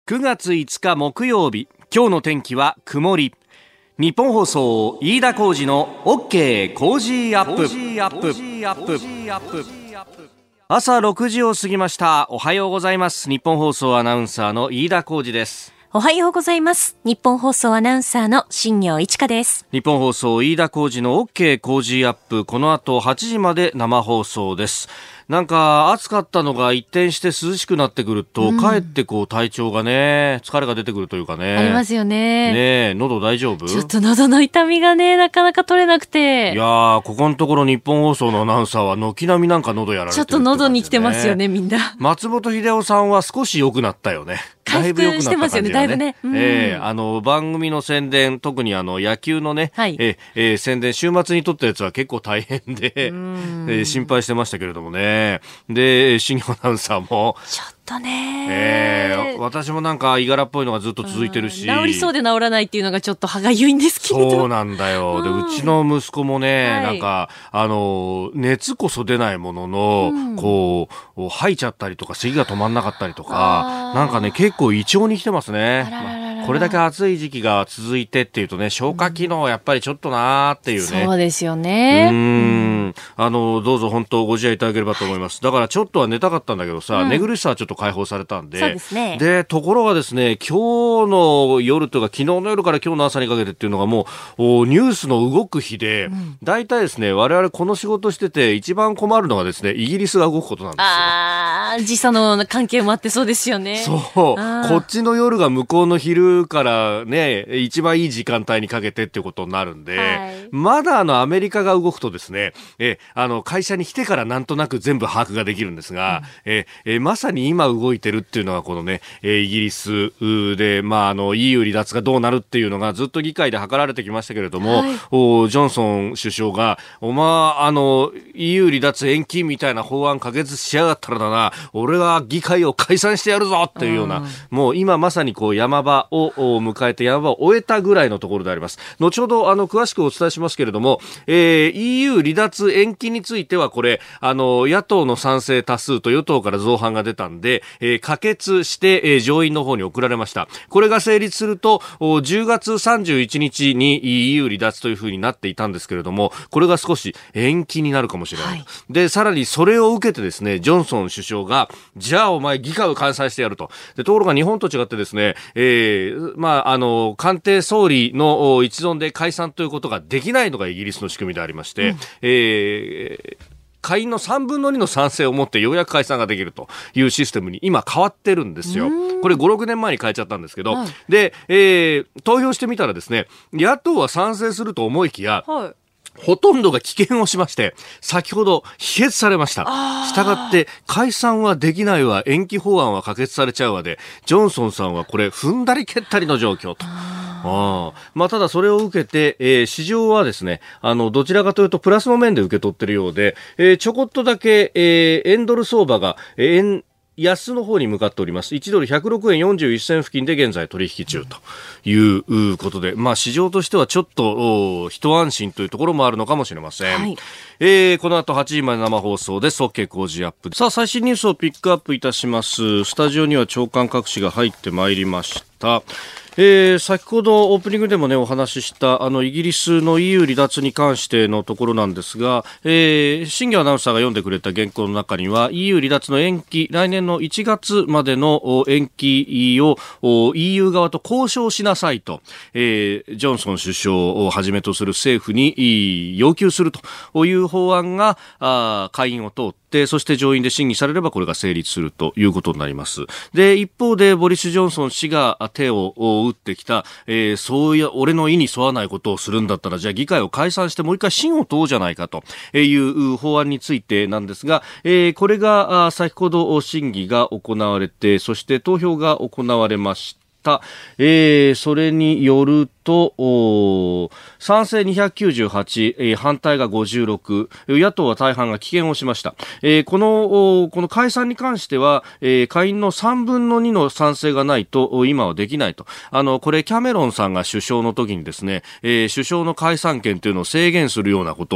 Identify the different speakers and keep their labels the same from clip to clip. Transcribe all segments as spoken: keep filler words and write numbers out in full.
Speaker 1: くがついつか木曜日、今日の天気は曇り。日本放送飯田浩司の OK コージーアップ。朝ろくじを過ぎました。おはようございます。日本放送アナウンサーの飯田浩司です。
Speaker 2: おはようございます。日本放送アナウンサーの新業一華です。
Speaker 1: 日本放送飯田浩司の OK コージーアップ、この後はちじまで生放送です。なんか暑かったのが一転して涼しくなってくると、うん、かえってこう体調がね、疲れが出てくるというかね。
Speaker 2: ありますよね。
Speaker 1: ねえ、喉大丈夫？
Speaker 2: ちょっと喉の痛みがね、なかなか取れなくて。
Speaker 1: いやー、ここのところ日本放送のアナウンサーは軒並みなんか喉やられてるって感じ、ね、
Speaker 2: ちょっと喉に来てますよね、みんな。
Speaker 1: 松本秀夫さんは少し良くなったよね。
Speaker 2: 回復してますよね、だいぶね。
Speaker 1: うん、えー、あの番組の宣伝、特にあの野球のね、
Speaker 2: はい、
Speaker 1: えー、宣伝週末に撮ったやつは結構大変で、えー、心配してましたけれどもね。で、新業アナウンサーも
Speaker 2: ちょっとね、
Speaker 1: えー、私もなんかいがらっぽいのがずっと続いてるし、
Speaker 2: 治りそうで治らないっていうのがちょっと歯がゆいんですけれど。
Speaker 1: そうなんだよ。で、うちの息子もね、はい、なんかあの熱こそ出ないものの、うん、こう吐いちゃったりとか咳が止まんなかったりとか、なんかね結構胃腸に来てますね。
Speaker 2: あらららら、
Speaker 1: まあ、これだけ暑い時期が続いてっていうとね、消化機能やっぱりちょっとなーっていうね、
Speaker 2: うん、そうですよね。
Speaker 1: うーん、あのどうぞ本当ご自愛いただければと思います。だからちょっとは寝たかったんだけどさ、うん、寝苦しさはちょっと解放されたんで、
Speaker 2: そうですね。
Speaker 1: でところがですね、今日の夜というか昨日の夜から今日の朝にかけてっていうのがもうニュースの動く日で、うん、だいたいですね、我々この仕事してて一番困るのがですね、イギリスが動くことなんですよ。
Speaker 2: あー、時差の関係もあってそうですよね。
Speaker 1: そう、こっちの夜が向こうの昼からね、一番いい時間帯にかけてっていうことになるんで、はい、まだあのアメリカが動くとですね、えあの会社に来てからなんとなく全部把握ができるんですが、うん、ええまさに今動いてるっていうのはこのね、イギリスで、まあ、あの イーユー 離脱がどうなるっていうのがずっと議会で図られてきましたけれども、はい、おジョンソン首相がおまあの イーユー 離脱延期みたいな法案可決しやがったらだな、俺は議会を解散してやるぞっていうような、うん、もう今まさにこう山場を迎えて山場を終えたぐらいのところであります。後ほどあの詳しくお伝えしますけれども、えー、イーユー 離脱延期についてはこれあの野党の賛成多数と与党から造反が出たんで、えー、可決して、えー、上院の方に送られました。これが成立するとじゅうがつさんじゅういちにちに イーユー 離脱というふうになっていたんですけれども、これが少し延期になるかもしれない、はい、でさらにそれを受けてですね、ジョンソン首相がじゃあお前議会を解散してやると。でところが日本と違ってですね、えー、まああの官邸総理の一存で解散ということができないのがイギリスの仕組みでありまして、うん、えー下院のさんぶんのにの賛成を持ってようやく解散ができるというシステムに今変わってるんですよ。これご、ろくねんまえに変えちゃったんですけど、はい、で、えー、投票してみたらですね、野党は賛成すると思いきや、はい、ほとんどが棄権をしまして、先ほど否決されました。したがって解散はできないわ、延期法案は可決されちゃうわで、ジョンソンさんはこれ踏んだり蹴ったりの状況と。あまあ、ただそれを受けて、えー、市場はですね、あのどちらかというとプラスの面で受け取っているようで、えー、ちょこっとだけ、えー、円ドル相場が、えー、円安の方に向かっております。いちドルひゃくろくえんよんじゅういっせん付近で現在取引中ということで、まあ市場としてはちょっと一安心というところもあるのかもしれません。はい、えー、この後はちじまで生放送です。 OK 工事アップ。さあ最新ニュースをピックアップいたします。スタジオには長官各紙が入ってまいりました。えー、先ほどオープニングでもねお話ししたあのイギリスの イーユー 離脱に関してのところなんですが、えー、新業アナウンサーが読んでくれた原稿の中には イーユー 離脱の延期、来年のいちがつまでの延期を イーユー 側と交渉しなさいと、えー、ジョンソン首相をはじめとする政府に要求するという法案があ下院を通ってでそして上院で審議されればこれが成立するということになります。で一方でボリス・ジョンソン氏が手を打ってきた、えー、そういや俺の意に沿わないことをするんだったらじゃあ議会を解散してもう一回審を問おうじゃないかという法案についてなんですが、えー、これが先ほど審議が行われてそして投票が行われました。えー、それによると賛成にひゃくきゅうじゅうはち、えー、反対がごじゅうろく、野党は大半が棄権をしました。えー、このこの解散に関しては、えー、下院のさんぶんのにの賛成がないと今はできないと。あのこれキャメロンさんが首相の時にですね、えー、首相の解散権というのを制限するようなことをやって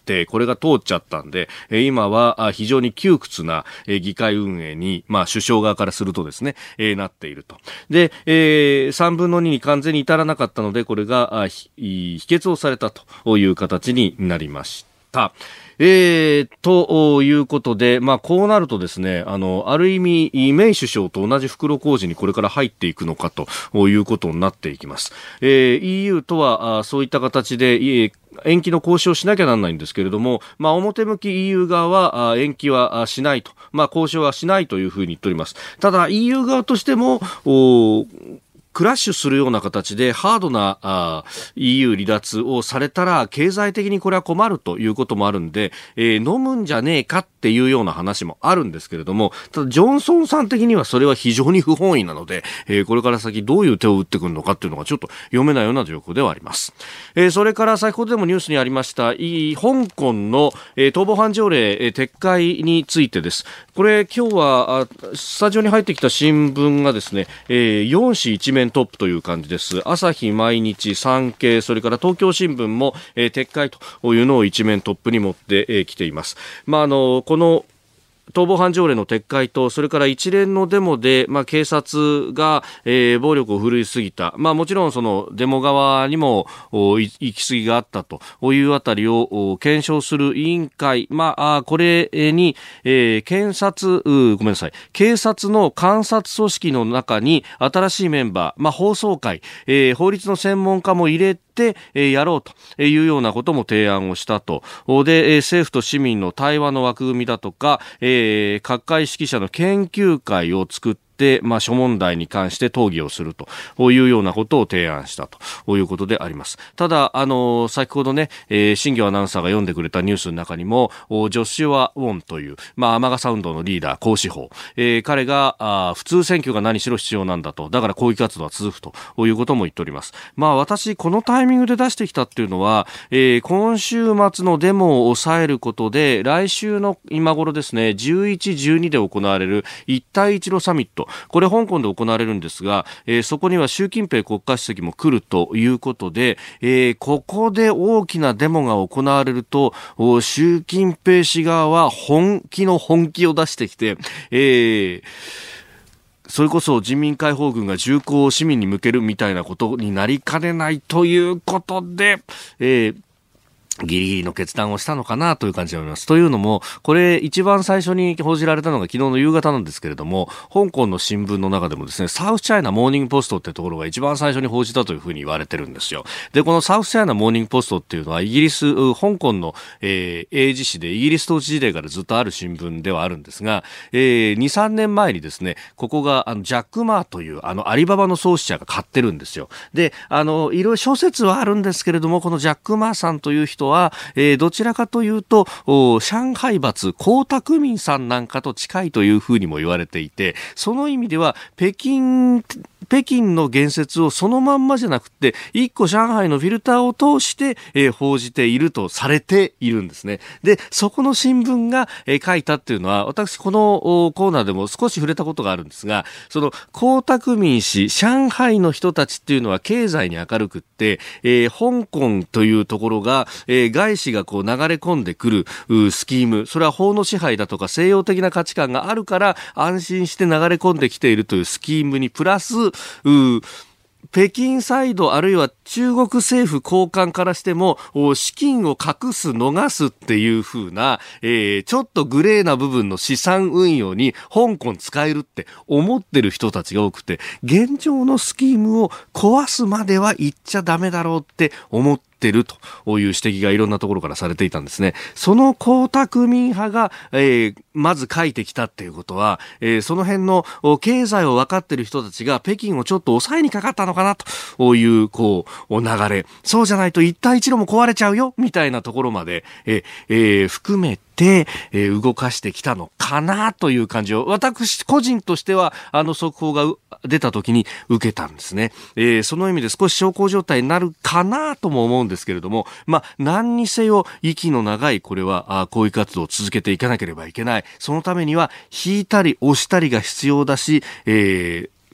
Speaker 1: て、これが通っちゃったんで、今は非常に窮屈な議会運営に、まあ、首相側からするとですね、えー、なっていると。で、えー、さんぶんのにに完全に至らなかったので、これが否決をされたという形になりました。えー、ということで、まあ、こうなるとですね、あの、ある意味、メイ首相と同じ袋小路にこれから入っていくのかということになっていきます。えー、イーユー とは、そういった形で、延期の交渉をしなきゃなんないんですけれども、まあ、表向き イーユー 側は延期はしないと、まあ、交渉はしないというふうに言っております。ただ イーユー 側としても、クラッシュするような形でハードなあ イーユー 離脱をされたら経済的にこれは困るということもあるんで、えー、飲むんじゃねえかっていうような話もあるんですけれども、ただジョンソンさん的にはそれは非常に不本意なので、えー、これから先どういう手を打ってくるのかっていうのがちょっと読めないような状況ではあります。えー、それから先ほどでもニュースにありました香港の、えー、逃亡犯条例、えー、撤回についてです。これ今日はスタジオに入ってきた新聞がですね、えー、よん紙一面トップという感じです。朝日、毎日、産経、それから東京新聞も、えー、撤回というのを一面トップに持ってき、えー、ています。まあ、あのこの逃亡犯条例の撤回と、それから一連のデモで、まあ、警察が、えー、暴力を振るいすぎた。まあ、もちろんそのデモ側にも行き過ぎがあったというあたりを検証する委員会。まあ、これに、えー、検察、ごめんなさい。警察の監察組織の中に新しいメンバー、まあ、法曹界、えー、法律の専門家も入れて、で、やろうというようなことも提案をしたと。で、政府と市民の対話の枠組みだとか、えー、各界指揮者の研究会を作って、で、まあ、諸問題に関して討議をするというようなことを提案したということであります。ただ、あの、先ほどね、えー、新業アナウンサーが読んでくれたニュースの中にも、ジョシュア・ウォンという、まあ、アマガサウンドのリーダー、公司法、えー、彼が、あ普通選挙が何しろ必要なんだと、だから抗議活動は続くということも言っております。まあ、私、このタイミングで出してきたっていうのは、えー、今週末のデモを抑えることで、来週の今頃ですね、じゅういち、じゅうにで行われる一帯一路サミット、これ香港で行われるんですが、えー、そこには習近平国家主席も来るということで、えー、ここで大きなデモが行われると、習近平氏側は本気の本気を出してきて、えーそれこそ人民解放軍が銃口を市民に向けるみたいなことになりかねないということで、えーギリギリの決断をしたのかなという感じで思います。というのも、これ一番最初に報じられたのが昨日の夕方なんですけれども、香港の新聞の中でもですね、サウスチャイナモーニングポストってところが一番最初に報じたというふうに言われてるんですよ。で、このサウスチャイナモーニングポストっていうのはイギリス、香港の、えー、英字紙でイギリス統治時代からずっとある新聞ではあるんですが、えー、に、さんねんまえにですね、ここがあのジャック・マーというあのアリババの創始者が買ってるんですよ。で、あの、いろいろ諸説はあるんですけれども、このジャック・マーさんという人は、えーどちらかというと上海閥江沢民さんなんかと近いというふうにも言われていて、その意味では北京北京の言説をそのまんまじゃなくて一個上海のフィルターを通して、えー、報じているとされているんですね。で、そこの新聞が、えー、書いたっていうのは、私このコーナーでも少し触れたことがあるんですが、その江沢民氏、上海の人たちっていうのは経済に明るくって、えー、香港というところが、えー、外資がこう流れ込んでくるスキーム、それは法の支配だとか西洋的な価値観があるから安心して流れ込んできているというスキームにプラス、う北京サイドあるいは中国政府高官からしても資金を隠す逃すっていう風な、えー、ちょっとグレーな部分の資産運用に香港使えるって思ってる人たちが多くて、現状のスキームを壊すまでは言っちゃダメだろうって思っててるという指摘がいろんなところからされていたんですね。その江沢民派が、えー、まず書いてきたっていうことは、えー、その辺の経済を分かっている人たちが北京をちょっと抑えにかかったのかなというこう流れ、そうじゃないと一帯一路も壊れちゃうよみたいなところまで、えーえー、含めて、えー、動かしてきたのかなという感じを私個人としてはあの速報が出た時に受けたんですね。えー、その意味で少し小康状態になるかなとも思うんですけれども、まあ何にせよ息の長いこれはあ抗議活動を続けていかなければいけない。そのためには引いたり押したりが必要だし、えー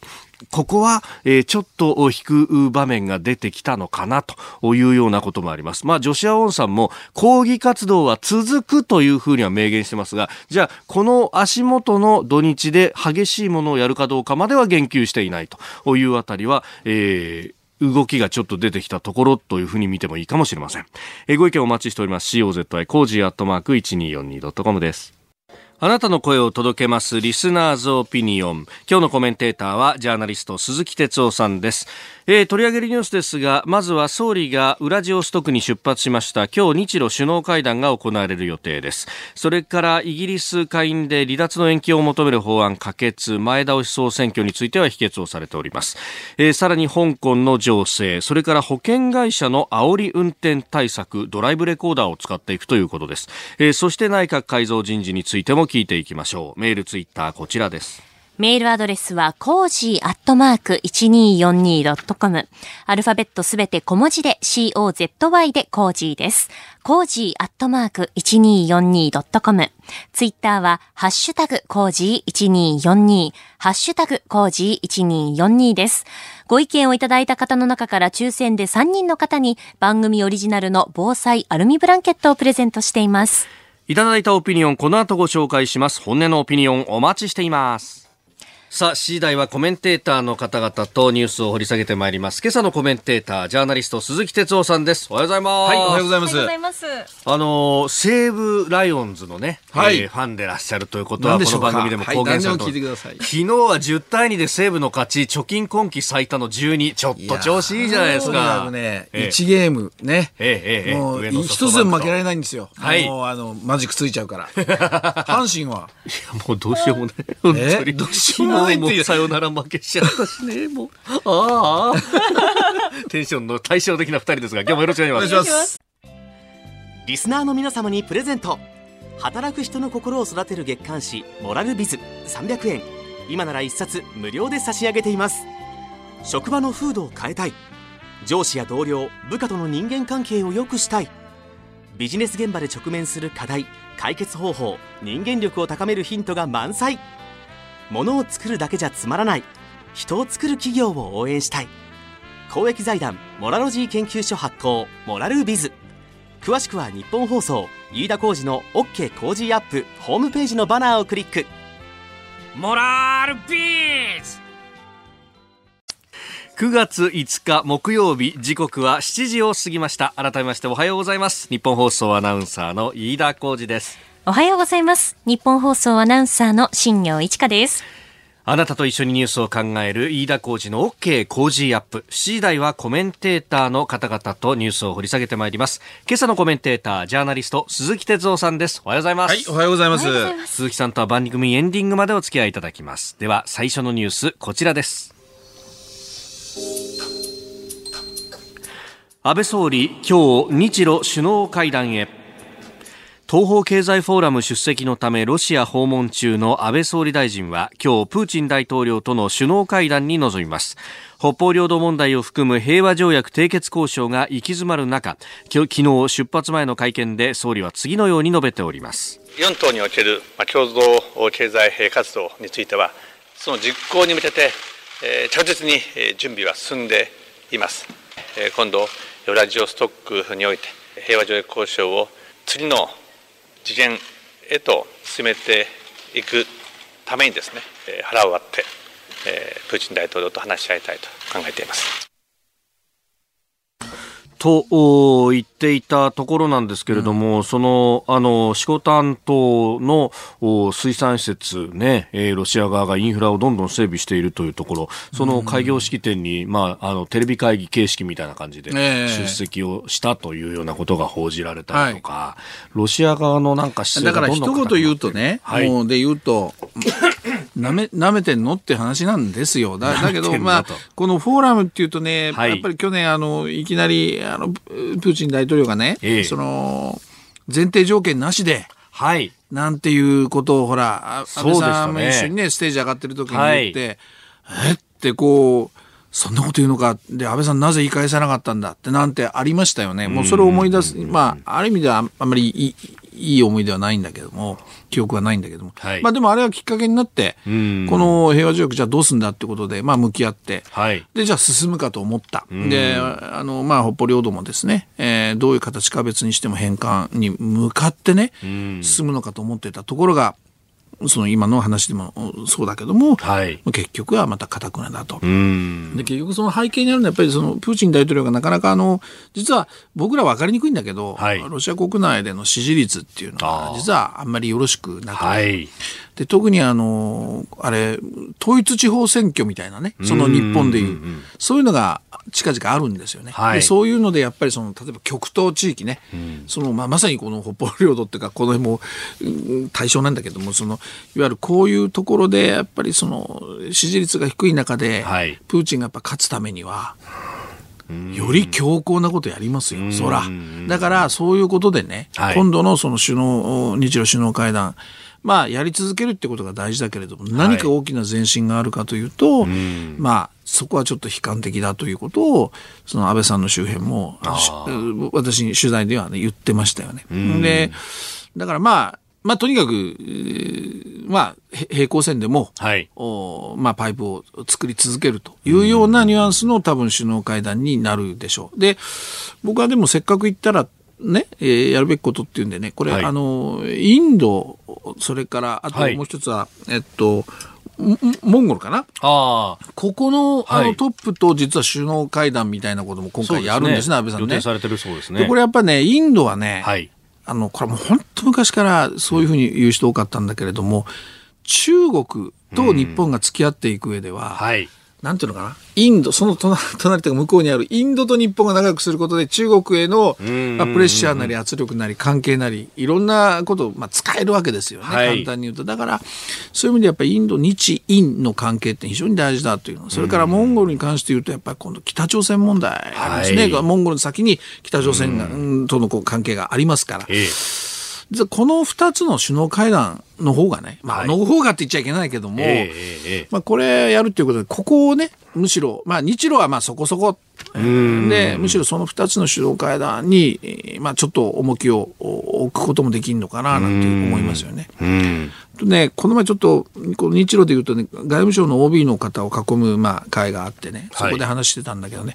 Speaker 1: ここは、えー、ちょっと引く場面が出てきたのかなというようなこともあります。まあ、ジョシア・オンさんも抗議活動は続くというふうには明言してますが、じゃあこの足元の土日で激しいものをやるかどうかまでは言及していないというあたりは、えー、動きがちょっと出てきたところというふうに見てもいいかもしれません。えー、ご意見お待ちしております。シーオーゼットアイ コージーアットマーク いちにーよんにードットコム です。あなたの声を届けますリスナーズオピニオン。今日のコメンテーターはジャーナリスト鈴木哲夫さんです。えー、取り上げるニュースですが、まずは総理がウラジオストクに出発しました今日日露首脳会談が行われる予定です。それからイギリス下院で離脱の延期を求める法案可決、前倒し総選挙については否決をされております。えー、さらに香港の情勢、それから保険会社の煽り運転対策、ドライブレコーダーを使っていくということです。えー、そして内閣改造人事についても聞いていきましょう。メール、ツイッターこちらです。
Speaker 2: メールアドレスはコージーアットマーク いちにーよんにードットコム。アルファベットすべて小文字で シーオーゼットワイ でコージーです。コージーアットマーク いちにーよんにードットコム。ツイッターはハッシュタグコージーいちにーよんにー、ハッシュタグコージーいちにーよんにーです。ご意見をいただいた方の中から抽選でさんにんの方に番組オリジナルの防災アルミブランケットをプレゼントしています。
Speaker 1: いただいたオピニオン、この後ご紹介します。本音のオピニオンお待ちしています。さあ、しちじ台はコメンテーターの方々とニュースを掘り下げてまいります。今朝のコメンテーター、ジャーナリスト鈴木哲夫さんです。おはようございます。
Speaker 3: はい、おはようございます。
Speaker 2: おはようございます。
Speaker 1: あの西武ライオンズのね、はい、えー、ファンでいらっしゃるということはこの番組でも公言されて、はい、昨日はじゅうたいにで西武の勝ち、貯金今季最多のじゅうに、ちょっと調子いいじゃないですか。
Speaker 3: ね、いちゲームね、
Speaker 1: えーえー、
Speaker 3: もう一つでも負けられないんですよ。はい、もうあのマジックついちゃうから。阪神はい
Speaker 1: やもうどうしようもない。本当に
Speaker 3: どうしようもないっていう。
Speaker 1: さよなら負けしちゃったしね、もう。ああ。テンションの対照的なふたりですが、今日もよろしくお願いします。
Speaker 4: リスナーの皆様にプレゼント。働く人の心を育てる月刊誌モラルビズさんびゃくえん。今ならいっさつ無料で差し上げています。職場の風土を変えたい。上司や同僚、部下との人間関係を良くしたい。ビジネス現場で直面する課題、解決方法、人間力を高めるヒントが満載。物を作るだけじゃつまらない。人を作る企業を応援したい。公益財団モラロジー研究所発行モラルビズ。詳しくは日本放送飯田浩司の OK 工事アップホームページのバナーをクリック。
Speaker 1: モラルビズ。くがついつか木曜日、時刻はしちじを過ぎました。改めましておはようございます。日本放送アナウンサーの飯田浩司です。
Speaker 2: おはようございます。日本放送アナウンサーの新業一華です。
Speaker 1: あなたと一緒にニュースを考える飯田浩司の OK 工事アップ。しちじ台はコメンテーターの方々とニュースを掘り下げてまいります。今朝のコメンテーター、ジャーナリスト鈴木哲夫さんです。おはようございます。
Speaker 3: はい、おはようございます。
Speaker 1: 鈴木さんとは番組エンディングまでお付き合いいただきます。では最初のニュース、こちらです。安倍総理、今日日露首脳会談へ。東方経済フォーラム出席のためロシア訪問中の安倍総理大臣は今日プーチン大統領との首脳会談に臨みます。北方領土問題を含む平和条約締結交渉が行き詰まる中、昨日出発前の会見で総理は次のように述べております。
Speaker 5: よん党における共同経済活動についてはその実行に向けて着実に準備は進んでいます。今度ウラジオストックにおいて平和条約交渉を次の次元へと進めていくためにですね、腹を割ってプーチン大統領と話し合いたいと考えています。
Speaker 1: と言っていたところなんですけれども、うん、そのあの色丹島の水産施設ね、えー、ロシア側がインフラをどんどん整備しているというところ、その開業式典に、まあ、あのテレビ会議形式みたいな感じで出席をしたというようなことが報じられたりとか、はい、ロシア側のなんか姿勢がどんどん
Speaker 3: だから一言言うとね、はい、もうで言うとなめ、なめてんのって話なんですよ。だ、だけど、まあ、このフォーラムっていうとね、はい、やっぱり去年あのいきなりあのプーチン大統領がね、ええ、その前提条件なしで、はい、なんていうことをほら安倍さんも一緒にねステージ上がってる時に言って、はい、えってこうそんなこと言うのかで安倍さんなぜ言い返さなかったんだってなんてありましたよね。もうそれを思い出す、まあある意味ではあんまりいい思い出はないんだけども、記憶はないんだけども、
Speaker 1: はい、
Speaker 3: まあでもあれはきっかけになって、この平和条約じゃあどうすんだってことで、まあ向き合って、はい、で、じゃあ進むかと思った。で、あの、まあ北方領土もですね、えー、どういう形か別にしても返還に向かってね、進むのかと思っていたところが、その今の話でもそうだけども、はい、結局はまた堅くなだと。で結局その背景にあるのはやっぱりそのプーチン大統領がなかなかあの実は僕ら分かりにくいんだけど、はい、ロシア国内での支持率っていうのは実はあんまりよろしくなくて、はい、で特にあのあれ統一地方選挙みたいなね、その日本でいう、うんうんうん、そういうのが近々あるんですよね、はい、でそういうのでやっぱりその例えば極東地域ね、うん、そのまあ、まさにこの北方領土っていうかこの辺も対象なんだけども、そのいわゆるこういうところでやっぱりその支持率が低い中で、はい、プーチンがやっぱ勝つためにはより強硬なことやりますよ、そら。だからそういうことでね、はい、今度のその首脳日露首脳会談、まあやり続けるってことが大事だけれども、何か大きな前進があるかというと、はい、まあそこはちょっと悲観的だということをその安倍さんの周辺も私に取材では、ね、言ってましたよね。でだからまあまあとにかくまあ平行線でも、はい、おまあパイプを作り続けるというようなニュアンスの多分首脳会談になるでしょう。で僕はでもせっかく行ったらね、えー、やるべきことっていうんでね、これ、はい、あのインド、それからあともう一つは、はい、えっとモンゴルかな、あここ の, あのトップと実は首脳会談みたいなことも今回やるんですね、安倍さんね。
Speaker 1: 予定されてるそうですね。
Speaker 3: でこれやっぱね、インドはね、はい、あのこれもう本当昔からそういうふうに言う人多かったんだけれども、中国と日本が付き合っていく上では、うんはい、なんていうのかな、インド、その 隣, 隣というか向こうにあるインドと日本が仲良くすることで中国への、まあ、プレッシャーなり圧力なり関係なりいろんなことを、まあ、使えるわけですよね、はい、簡単に言うと。だからそういう意味でやっぱりインド日印の関係って非常に大事だというの。それからモンゴルに関して言うとやっぱり今度北朝鮮問題ありますね、はい、モンゴルの先に北朝鮮が、うん、とのこう関係がありますから、ええ、このふたつの首脳会談の方がね、まあ、はい、の方がって言っちゃいけないけども、えーえーまあ、これやるということで、ここをね、むしろ、まあ、日露はまあそこそこで、むしろそのふたつの首脳会談に、まあ、ちょっと重きを置くこともできるのかななんて思いますよね。うんとね、この前ちょっとこの日露でいうとね、外務省の オービー の方を囲む、まあ、会があってね、そこで話してたんだけどね、はい、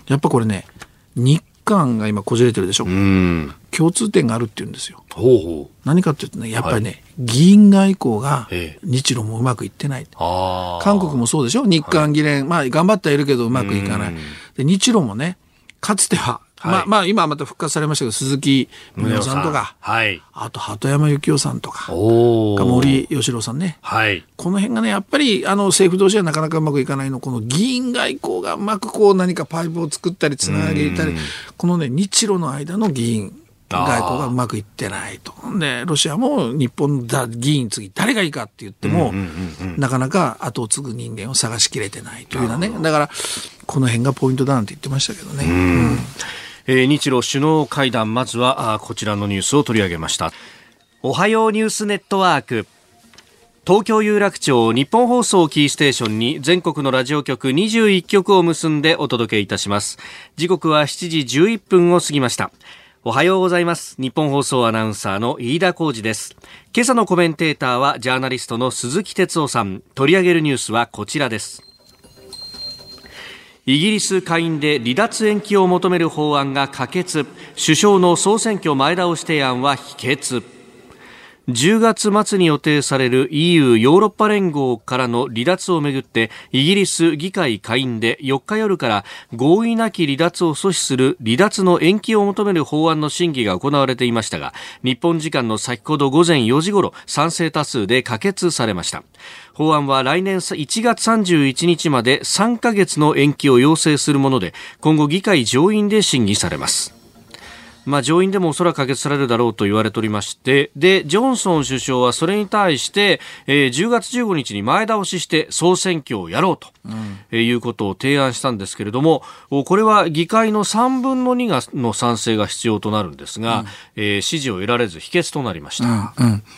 Speaker 3: やっぱこれね、日韓が今こじれてるでしょ。うん共通点があるって言うんですよ。ほうほう。何かっていうとね、やっぱりね、はい、議員外交が日露もうまくいってない。あ韓国もそうでしょ。日韓議連、はい、まあ頑張ってはいるけどうまくいかない。で日露もね、かつては、はい、まあまあ今はまた復活されましたけど、鈴木宗男さんとか、はい、あと鳩山幸夫さんとか、森喜朗さんね、はい、この辺がねやっぱりあの政府同士はなかなかうまくいかないの。この議員外交がうまくこう何かパイプを作ったりつなげたり、このね日露の間の議員外交がうまくいってないと。でロシアも日本の議員次誰がいいかって言っても、うんうんうんうん、なかなか後を継ぐ人間を探しきれてないというようなね。だからこの辺がポイントだなんて言ってましたけどね。うんうん
Speaker 1: えー、日露首脳会談、まずはあこちらのニュースを取り上げました。おはようニュースネットワーク、東京有楽町日本放送キーステーションに全国のラジオ局にじゅういっきょくを結んでお届けいたします。時刻はしちじじゅういっぷんを過ぎました。おはようございます。日本放送アナウンサーの飯田浩司です。今朝のコメンテーターはジャーナリストの鈴木哲夫さん。取り上げるニュースはこちらです。イギリス下院で離脱延期を求める法案が可決。首相の総選挙前倒し提案は否決。じゅうがつ末に予定される イーユー ヨーロッパ連合からの離脱をめぐってイギリス議会下院でよっか夜から合意なき離脱を阻止する離脱の延期を求める法案の審議が行われていましたが、日本時間の先ほど午前よじ頃賛成多数で可決されました。法案は来年いちがつさんじゅういちにちまでさんかげつの延期を要請するもので、今後議会上院で審議されます。まあ、上院でもおそらく可決されるだろうと言われておりまして、でジョンソン首相はそれに対して、えー、じゅうがつじゅうごにちに前倒しして総選挙をやろうと、うんえー、いうことを提案したんですけれども、これは議会のさんぶんのにがの賛成が必要となるんですが、うんえー、支持を得られず否決となりました。うんうん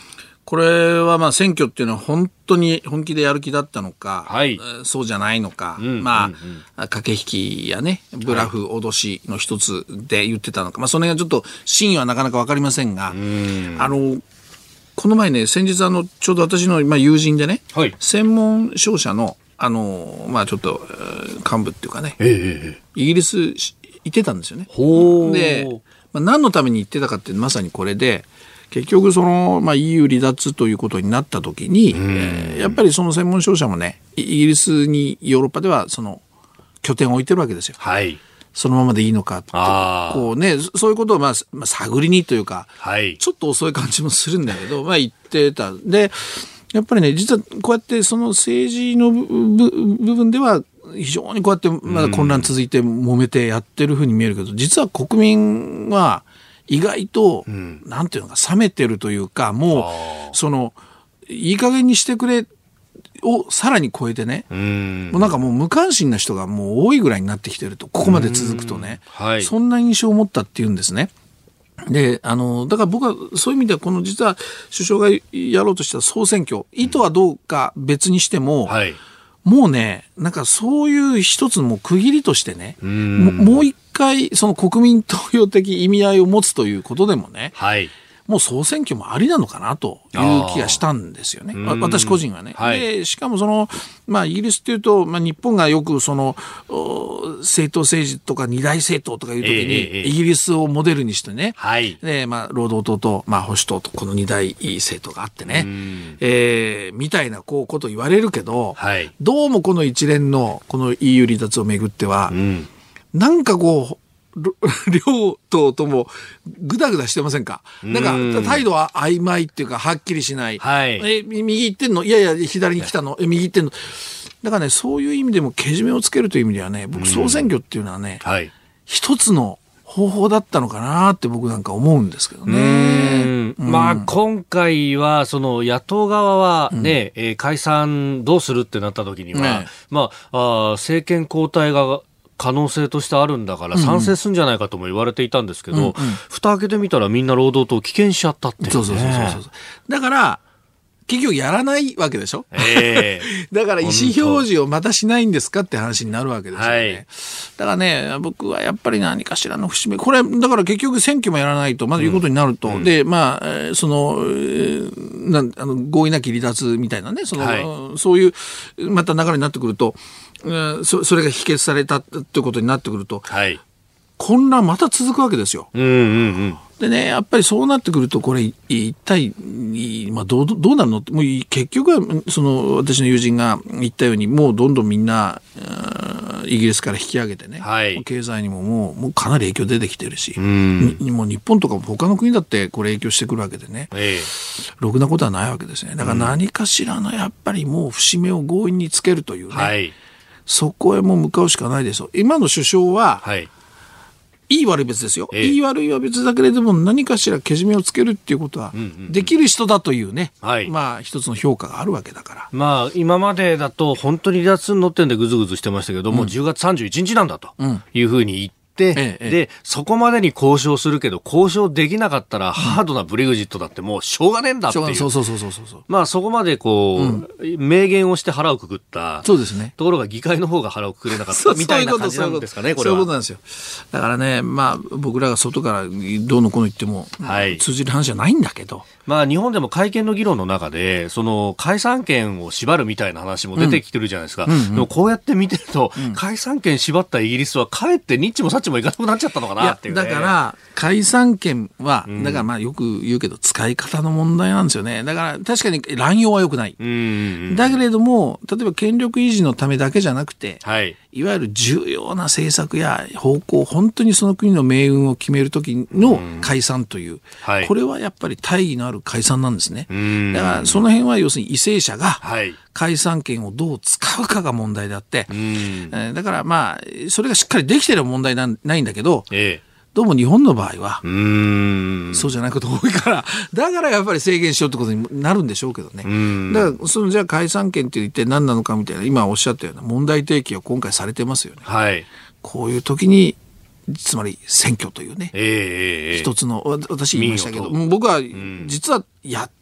Speaker 3: これはまあ選挙っていうのは本当に本気でやる気だったのか、
Speaker 1: はい、
Speaker 3: そうじゃないのか、うん、まあ、うんうん、駆け引きやね、ブラフ、脅しの一つで言ってたのか、まあその辺はちょっと真意はなかなかわかりませんが、うんあの、この前ね、先日あの、ちょうど私のまあ友人でね、はい、専門商社の、あの、まあちょっと、幹部っていうかね、ええ、イギリス行ってたんですよね。ほで、まあ、何のために行ってたかってまさにこれで、結局その、まあ、イーユー 離脱ということになったときに、えー、やっぱりその専門商社もね、イギリスにヨーロッパではその拠点を置いてるわけですよ。はい。そのままでいいのかって、こうね、そういうことをまあ、まあ、探りにというか、はい、ちょっと遅い感じもするんだけど、まあ言ってた。で、やっぱりね、実はこうやってその政治の部分では、非常にこうやってまだ混乱続いて揉めてやってるふうに見えるけど、実は国民は、意外と、うん、なんていうのか、冷めてるというか、もう、その、いい加減にしてくれをさらに超えてね、うんもうなんかもう無関心な人がもう多いぐらいになってきてると、ここまで続くとね、はい、そんな印象を持ったっていうんですね。で、あの、だから僕はそういう意味では、この実は首相がやろうとした総選挙、意図はどうか別にしても、はい、もうね、なんかそういう一つの区切りとしてね、うんも, もう一回その国民投票的意味合いを持つということでもね、はい、もう総選挙もありなのかなという気がしたんですよね。私個人はね。はい、で、しかもその、まあイギリスっていうと、まあ日本がよくその、政党政治とか二大政党とかいう時に、イギリスをモデルにしてね、はい、で、まあ労働党と、まあ保守党とこの二大政党があってね、えー、みたいなこうこと言われるけど、はい、どうもこの一連のこの イーユー 離脱をめぐっては、うん、なんかこう、両党ともぐだぐだしてませんか？なんか態度は曖昧っていうかはっきりしない。はい、え右行ってんの？いやいや左に来たの？え右行ってんの？だからね、そういう意味でもけじめをつけるという意味ではね、僕総選挙っていうのはね、はい、一つの方法だったのかなって僕なんか思うんですけどね。うん
Speaker 1: うん、まあ今回はその野党側はね、うんえー、解散どうするってなった時には、ね、まあ、あ政権交代が可能性としてあるんだから賛成するんじゃないかとも言われていたんですけど、うんうん、蓋開けてみたらみんな労働党を棄権しちゃったっていうね。そうそうそうそうそう。
Speaker 3: だから結局やらないわけでしょ、えー、だから意思表示をまたしないんですかって話になるわけですよね、はい、だからね僕はやっぱり何かしらの節目これだから結局選挙もやらないとまずいうことになると、うん、でまあそのなんあの合意なき離脱みたいなねその、はい、そういうまた流れになってくるとそ, それが否決されたということになってくると、はい、混乱また続くわけですよ、うんうんうんでね、やっぱりそうなってくると、これ、一体、まあ、どう、どうなるのって、もう結局は、その、私の友人が言ったように、もうどんどんみんな、イギリスから引き上げてね、はい、経済にももう、もうかなり影響出てきてるし、うん、もう日本とか他の国だってこれ影響してくるわけでね、ええ、ろくなことはないわけですね。だから何かしらの、やっぱりもう節目を強引につけるというね、はい、そこへもう向かうしかないですよ。今の首相は、はいいい悪い別ですよ、ええ、いい悪いは別だけれども何かしらけじめをつけるっていうことはできる人だというね、うんうんうん、まあ一つの評価があるわけだから、
Speaker 1: まあ今までだと本当に離脱するのってんでぐずぐずしてましたけども、うん、じゅうがつさんじゅういちにちなんだというふうに言ってで、ええ、でそこまでに交渉するけど交渉できなかったら、うん、ハードなブレグジットだってもうしょうがねえんだっていう
Speaker 3: そうそうそうそうそうそう
Speaker 1: まあそこまでこう、うん、明言をして腹をくくった
Speaker 3: そうですね
Speaker 1: ところが議会の方が腹をくくれなかったみたいな感じなんですかねこれは
Speaker 3: そういうことなんですよ。だからねまあ僕らが外からどうのこうの言っても、はい、通じる話じゃないんだけど
Speaker 1: まあ日本でも会見の議論の中でその解散権を縛るみたいな話も出てきてるじゃないですか、うんうんうん、でもこうやって見てると、うん、解散権縛ったイギリスはかえってニッチもサッチもいかなくなっちゃったのかなっていう、ね、
Speaker 3: いやだから解散権は、うん、だからまあよく言うけど使い方の問題なんですよね。だから確かに乱用は良くない、うんうんうん、だけれども例えば権力維持のためだけじゃなくて、はい、いわゆる重要な政策や方向本当にその国の命運を決める時の解散という、うんはい、これはやっぱり大義のある解散なんですね。うんだからその辺は要するに為政者が解散権をどう使うかが問題であって、うんえー、だからまあそれがしっかりできていれば問題なんないんだけど、ええどうも日本の場合はうーんそうじゃないことが多いからだからやっぱり制限しようってことになるんでしょうけどね。うんだからそのじゃあ解散権って一体何なのかみたいな今おっしゃったような問題提起を今回されてますよね、はい、こういう時につまり選挙というね、えー、一つの私言いましたけど僕は実はや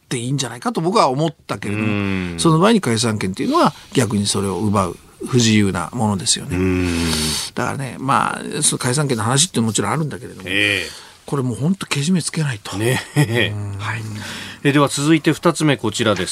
Speaker 3: っていいんじゃないかと僕は思ったけれども、その場合に解散権っていうのは逆にそれを奪う不自由なものですよね。だからね、まあその解散権の話ってもちろんあるんだけれども、えー、これもう本当けじめつけないと、ね
Speaker 1: はい、えでは続いてふたつめこちらです。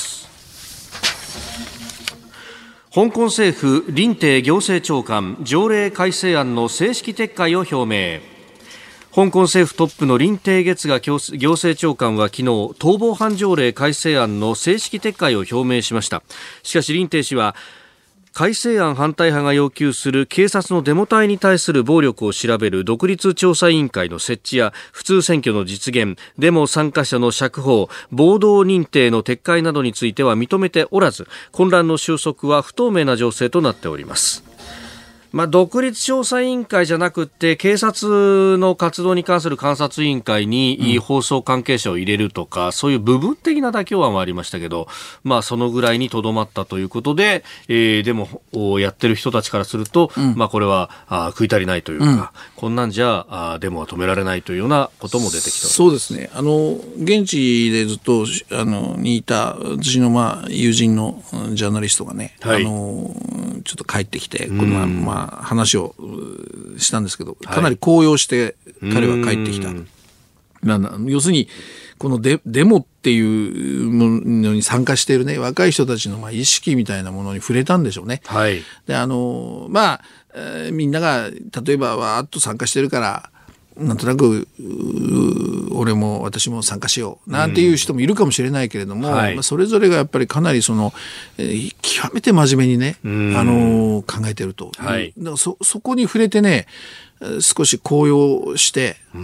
Speaker 1: 香港政府林鄭行政長官条例改正案の正式撤回を表明。香港政府トップの林鄭月娥行政長官は昨日逃亡犯条例改正案の正式撤回を表明しました。しかし林鄭氏は改正案反対派が要求する警察のデモ隊に対する暴力を調べる独立調査委員会の設置や普通選挙の実現、デモ参加者の釈放、暴動認定の撤回などについては認めておらず、混乱の収束は不透明な情勢となっております。まあ、独立調査委員会じゃなくって警察の活動に関する監察委員会に放送関係者を入れるとか、うん、そういう部分的な妥協案はありましたけど、まあ、そのぐらいにとどまったということで、えー、でもやってる人たちからすると、うん、まあ、これはあ食い足りないというか、うん、こんなんじゃあデモは止められないというようなことも出てきた。
Speaker 3: そうですね、あの現地でずっとあのにいた私のまあ友人のジャーナリストがね、はい、あのちょっと帰ってきて、このまあ、まあ話をしたんですけど、かなり高揚して彼は帰ってきた、はい、要するにこの デ, デモっていうのに参加しているね若い人たちのまあ意識みたいなものに触れたんでしょうね、はい、であのまあ、えー、みんなが例えばわーっと参加してるからなんとなく俺も私も参加しようなんていう人もいるかもしれないけれども、うんはい、まあ、それぞれがやっぱりかなりその、えー、極めて真面目にね、うん、あのー、考えてると、はい、だから そ, そこに触れてね少し高揚して、うん、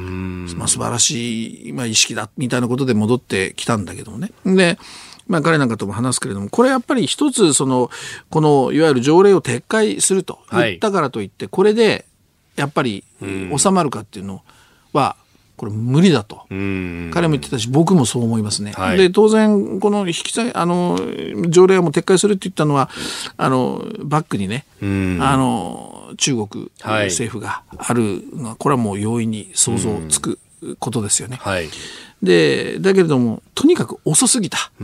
Speaker 3: まあ、素晴らしい、まあ、意識だみたいなことで戻ってきたんだけどもね。でまあ、彼なんかとも話すけれども、これやっぱり一つそのこのいわゆる条例を撤回すると言ったからといって、はい、これでやっぱり収まるかっていうのはこれ無理だと彼も言ってたし、僕もそう思いますね、はい、で当然この引き下げあの条例はもう撤回するって言ったのはあのバックにねあの中国政府があるのはこれはもう容易に想像つくことですよね、はい、でだけれどもとにかく遅すぎた、うん、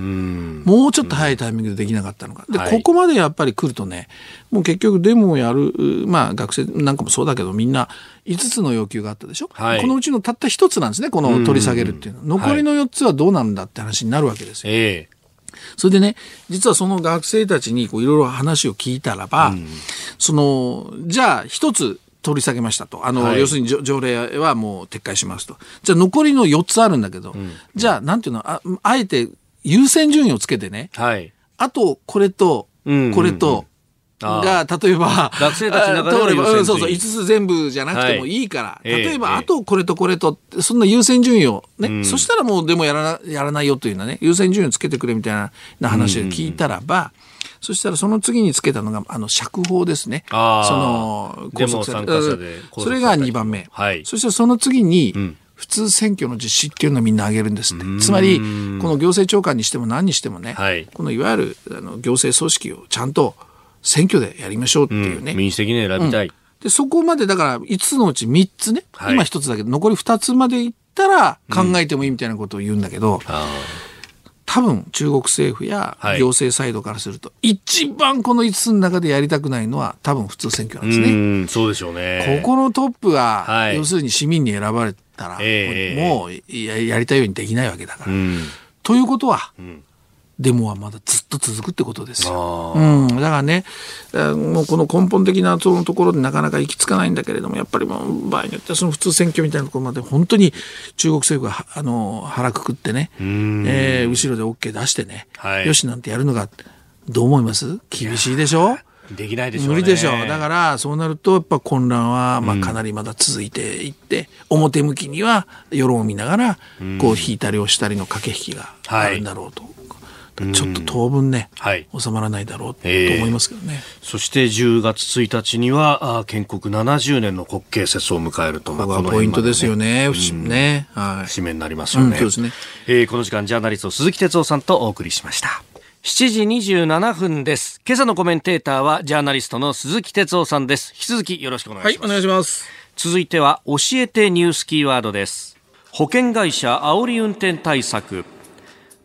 Speaker 3: もうちょっと早いタイミングでできなかったのかで、はい、ここまでやっぱり来るとねもう結局デモをやる、まあ、学生なんかもそうだけどみんないつつの要求があったでしょ、はい、このうちのたったひとつなんですねこの取り下げるっていうのは、うん、残りのよっつはどうなんだって話になるわけですよ、はい、それでね実はその学生たちにいろいろ話を聞いたらば、うん、そのじゃあひとつ取り下げましたとあの、はい、要するに条例はもう撤回しますとじゃあ残りのよっつあるんだけど、うん、じゃあなんていうの あ, あえて優先順位をつけてね、はい、あとこれとこれとが例えば
Speaker 1: 学生たちの中では優先順位、
Speaker 3: うん、そうそういつつ全部じゃなくてもいいから、はい、例えば、えー、あとこれとこれとそんな優先順位をね、うん、そしたらもうでもやらな、やらないよというのはね優先順位をつけてくれみたいな話を聞いたらば、うんうんうん、そしたらその次につけたのがあの釈放ですね。あその拘束されてそれがにばんめ、はい、そしてその次に、うん、普通選挙の実施っていうのをみんな挙げるんですって。つまりこの行政長官にしても何にしてもね、はい、このいわゆるあの行政組織をちゃんと選挙でやりましょうっていうね、
Speaker 1: うん、民主的に選びたい、うん、
Speaker 3: でそこまでだからいつつのうちみっつね、はい、今ひとつだけど残りふたつまでいったら考えてもいいみたいなことを言うんだけど、うん、多分中国政府や行政サイドからすると、はい、一番このいつつの中でやりたくないのは多分普通選挙なんですね。
Speaker 1: うんそうでしょうね。
Speaker 3: ここのトップが、はい、要するに市民に選ばれたら、えー、もう や, やりたいようにできないわけだから、うん、ということは、うんデモはまだずっと続くってことですよ。うん、だからね、もうこの根本的なそのところでなかなか行き着かないんだけれども、やっぱりもう場合によってはその普通選挙みたいなところまで本当に中国政府があの腹くくってね、えー、後ろで OK 出してね、はい、よしなんてやるのがどう思います？厳しいでしょ？
Speaker 1: できないでしょうね。
Speaker 3: 無理でしょう。だからそうなるとやっぱ混乱はまあかなりまだ続いていって、うん、表向きには世論を見ながらこう引いたり押したりの駆け引きがあるんだろうと。はいちょっと当分ね、はい、収まらないだろうと思いますけどね、
Speaker 1: えー、そしてじゅうがつついたちには建国ななじゅうねんの国慶節を迎えると、
Speaker 3: ここがポイントですよね、ね、はい、
Speaker 1: 節目になりますよね、うん、そうですね、えー、この時間ジャーナリスト鈴木哲夫さんとお送りしました。しちじにじゅうななふんです。今朝のコメンテーターはジャーナリストの鈴木哲夫さんです。引き続きよろしくお願いします。
Speaker 3: はい、お願いします。
Speaker 1: 続いては教えてニュースキーワードです。保険会社煽り運転対策。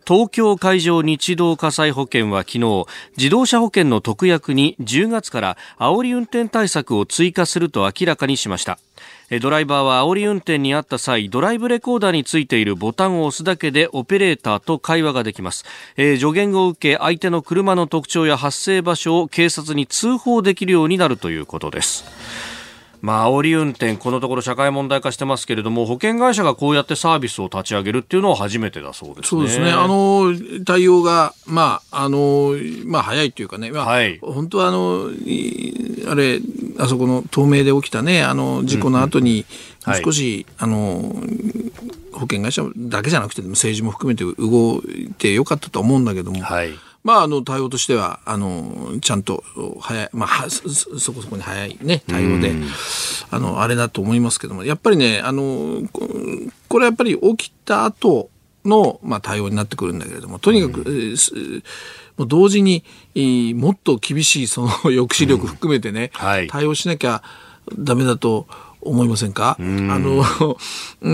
Speaker 1: 東京海上日動火災保険は昨日、自動車保険の特約にじゅうがつから煽り運転対策を追加すると明らかにしました。ドライバーは煽り運転にあった際、ドライブレコーダーについているボタンを押すだけでオペレーターと会話ができます。えー、助言を受け、相手の車の特徴や発生場所を警察に通報できるようになるということです。まあ、煽り運転、このところ社会問題化してますけれども、保険会社がこうやってサービスを立ち上げるっていうのは初めてだそうですね。
Speaker 3: そうですね。あの、対応が、まあ、あの、まあ、早いというかね、まあ、はい、本当はあの、あれ、あそこの東名で起きたね、あの、事故の後に、少し、うんうん、はい、あの、保険会社だけじゃなくて、政治も含めて動いてよかったと思うんだけども、はい、まあ、あの、対応としては、あの、ちゃんと、早い、まあ、は、そ、そこそこに早いね、対応で、あの、あれだと思いますけども、やっぱりね、あの、これやっぱり起きた後の、まあ、対応になってくるんだけれども、とにかく、もう同時に、もっと厳しい、その、抑止力含めてね、うん、はい、対応しなきゃダメだと、思いませんか？あの、うん、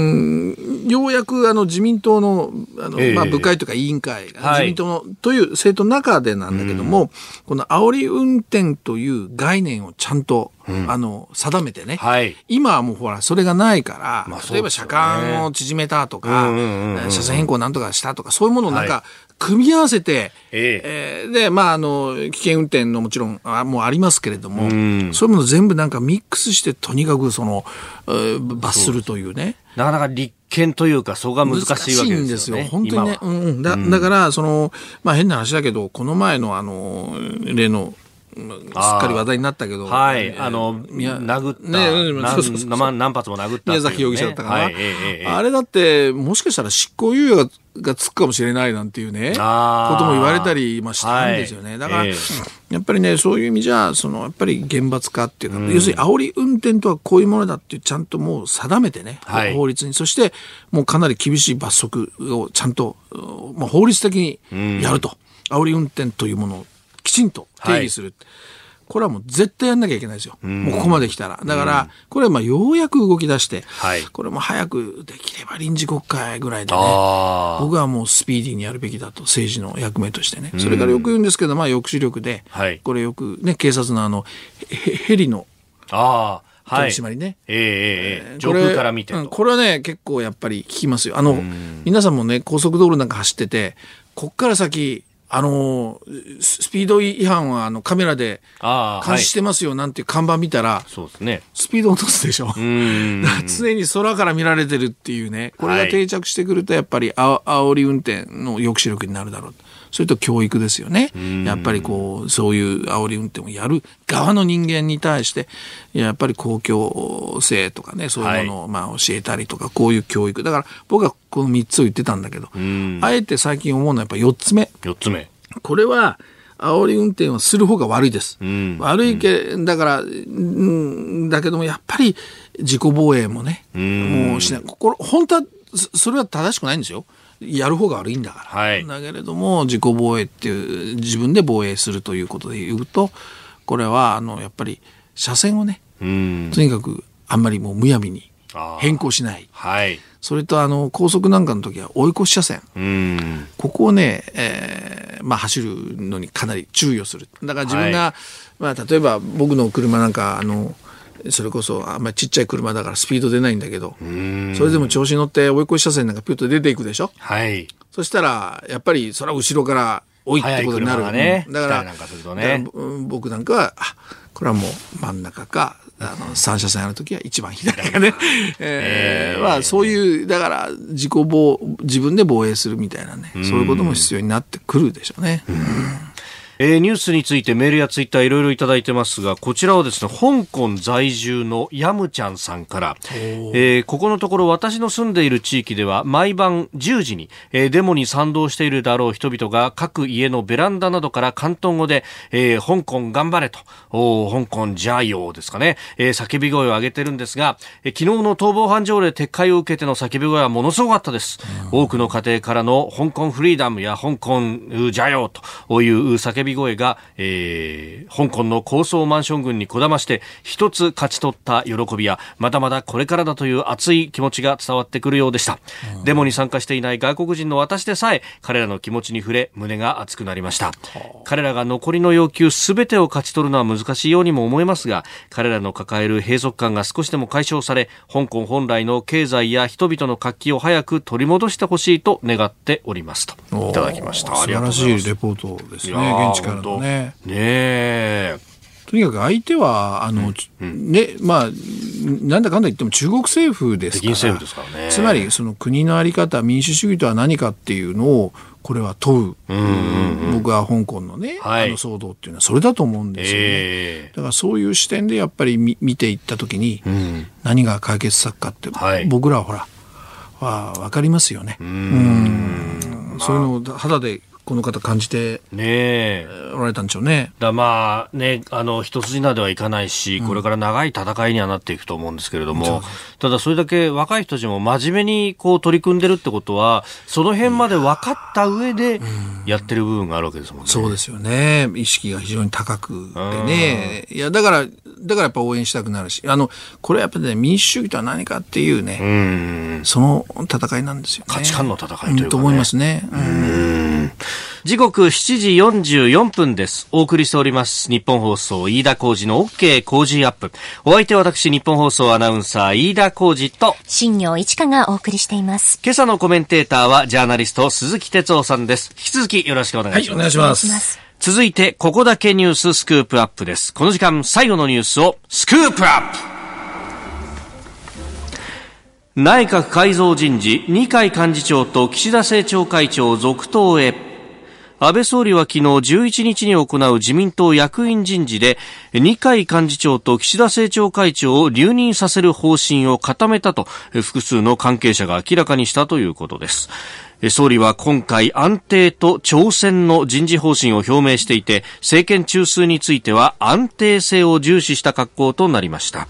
Speaker 3: ようやくあの自民党の、あの、えー、まあ、部会とか委員会が、はい、自民党のという政党の中でなんだけども、この煽り運転という概念をちゃんと、うん、あの定めてね、はい、今はもうほらそれがないから、まあね、例えば車間を縮めたとか、うんうんうんうん、車線変更なんとかしたとか、そういうものをなんか、はい、組み合わせて、えーえー、で、まあ、あの、危険運転のもちろん、あもうありますけれども、うん、そういうもの全部なんかミックスして、とにかくその、罰するというね。
Speaker 1: なかなか立件というか、そこが難しいわけですよね。難しいんですよ。
Speaker 3: 本当にね。うん、だ、だから、その、まあ変な話だけど、この前のあの、例の、すっかり話題になったけど、
Speaker 1: はい、あの、殴った、ね、そうそうそう何, 何発も殴ったっていう、ね、
Speaker 3: 宮崎容疑者だったかな、はい、えー、あれだってもしかしたら執行猶予ががつくかもしれないなんていうねことも言われたりましたんですよね、はい、だから、えー、やっぱりねそういう意味じゃそのやっぱり厳罰化っていうか、うん、要するに煽り運転とはこういうものだってちゃんともう定めてね、はい、法律にそしてもうかなり厳しい罰則をちゃんと、まあ、法律的にやると、うん、煽り運転というものをきちんと定義する、はい、これはもう絶対やんなきゃいけないですよ、うん、もうここまで来たらだからこれはまあようやく動き出して、はい、これも早くできれば臨時国会ぐらいでね僕はもうスピーディーにやるべきだと政治の役目としてねそれからよく言うんですけど、まあ、抑止力で、はい、これよくね警察のあのヘリのあ取り締まりね、はいえーえー、上空から見てと、うん、これはね結構やっぱり聞きますよあの皆さんもね高速道路なんか走っててこっから先あのスピード違反はあのカメラで監視してますよなんていう看板見たら、そうですね、スピード落とすでしょうん常に空から見られてるっていうねこれが定着してくるとやっぱりあ煽り運転の抑止力になるだろうそれと教育ですよねやっぱりこうそういう煽り運転をやる側の人間に対してやっぱり公共性とかねそういうものをまあ教えたりとかこういう教育だから僕はこのみっつを言ってたんだけどあえて最近思うのはやっぱよっつめ
Speaker 1: よっつめ
Speaker 3: これは煽り運転をする方が悪いです、うん、悪いけだから、うん、だけどもやっぱり自己防衛もね、うん、もうしないこれ本当はそれは正しくないんですよやる方が悪いんだから、はい、だけれども自己防衛っていう自分で防衛するということで言うとこれはあのやっぱり車線をね、うん、とにかくあんまりもうむやみに変更しない、はい、それとあの高速なんかの時は追い越し車線、うん、ここをね、えーまあ、走るのにかなり注意をするだから自分が、はいまあ、例えば僕の車なんかあのそれこそあんまりちっちゃい車だからスピード出ないんだけどそれでも調子に乗って追い越し車線なんかピュッと出ていくでしょ、はい、そしたらやっぱりそれは後ろから追いってことになる、ね、だから、なんかするとね、僕なんかはあこれはもう真ん中かあのさん車線あるときは一番左かね、えーえーまあ、そういうだから自己防自分で防衛するみたいなねそういうことも必要になってくるでしょうね。うん
Speaker 1: えー、ニュースについてメールやツイッターいろいろいただいてますがこちらはですね香港在住のヤムちゃんさんから、えー、ここのところ私の住んでいる地域では毎晩じゅうじに、えー、デモに賛同しているだろう人々が各家のベランダなどから広東語で、えー、香港頑張れとお香港ジャイオーですかね、えー、叫び声を上げてるんですが、えー、昨日の逃亡犯条例撤回を受けての叫び声はものすごかったです、うん、多くの家庭からの香港フリーダムや香港ジャイオーという叫びび声が、えー、香港の高層マンション群にこだまして一つ勝ち取った喜びや、まだまだこれからだという熱い気持ちが伝わってくるようでした。うん、デモに参加していない外国人の私でさえ彼らの気持ちに触れ、胸が熱くなりました。彼らが残りの要求すべてを勝ち取るのは難しいようにも思えますが、彼らの抱える閉塞感が少しでも解消され、香港本来の経済や人々の活気を早く取り戻してほしいと願っておりますといただきました。
Speaker 3: 素晴らしいレポートですね、現地からのね。
Speaker 1: ねえ。
Speaker 3: とにかく相手はあの、うん、ね、まあなんだかんだ言っても中国政府ですから、
Speaker 1: 北京政府ですからね。
Speaker 3: つまりその国の在り方、民主主義とは何かっていうのをこれは問う、うんうんうん、僕は香港のね、はい、あの騒動っていうのはそれだと思うんですよね。えー、だからそういう視点でやっぱり見、見ていったときに、うん、何が解決策かって、はい、僕らはほらは分かりますよね。うんうんそういうのを肌でこの方感じておられたんでしょうね。
Speaker 1: だまあね、あの一筋縄ではいかないし、これから長い戦いにはなっていくと思うんですけれども、うん、ただそれだけ若い人たちも真面目にこう取り組んでるってことは、その辺まで分かった上でやってる部分があるわけですもんね。
Speaker 3: そうですよね。意識が非常に高くてね。いやだからだからやっぱ応援したくなるし、あのこれやっぱりね、民主主義とは何かっていうね、うんその戦いなんですよね。
Speaker 1: 価値観の戦いというかね、うん、
Speaker 3: と思いますね。うん
Speaker 1: うん時刻しちじよんじゅうよんぷんです。お送りしております日本放送飯田浩司の OK 工事アップ。お相手は私日本放送アナウンサー飯田浩司と
Speaker 2: 新業一華がお送りしています。
Speaker 1: 今朝のコメンテーターはジャーナリスト鈴木哲夫さんです。引き続きよろしくお願いします。
Speaker 3: はい、お願いします。
Speaker 1: 続いてここだけニューススクープアップです。この時間最後のニュースをスクープアップ。内閣改造人事、二階幹事長と岸田政調会長続投へ。安倍総理は昨日じゅういちにちに行う自民党役員人事で、二階幹事長と岸田政調会長を留任させる方針を固めたと、複数の関係者が明らかにしたということです。総理は今回安定と挑戦の人事方針を表明していて、政権中枢については安定性を重視した格好となりました。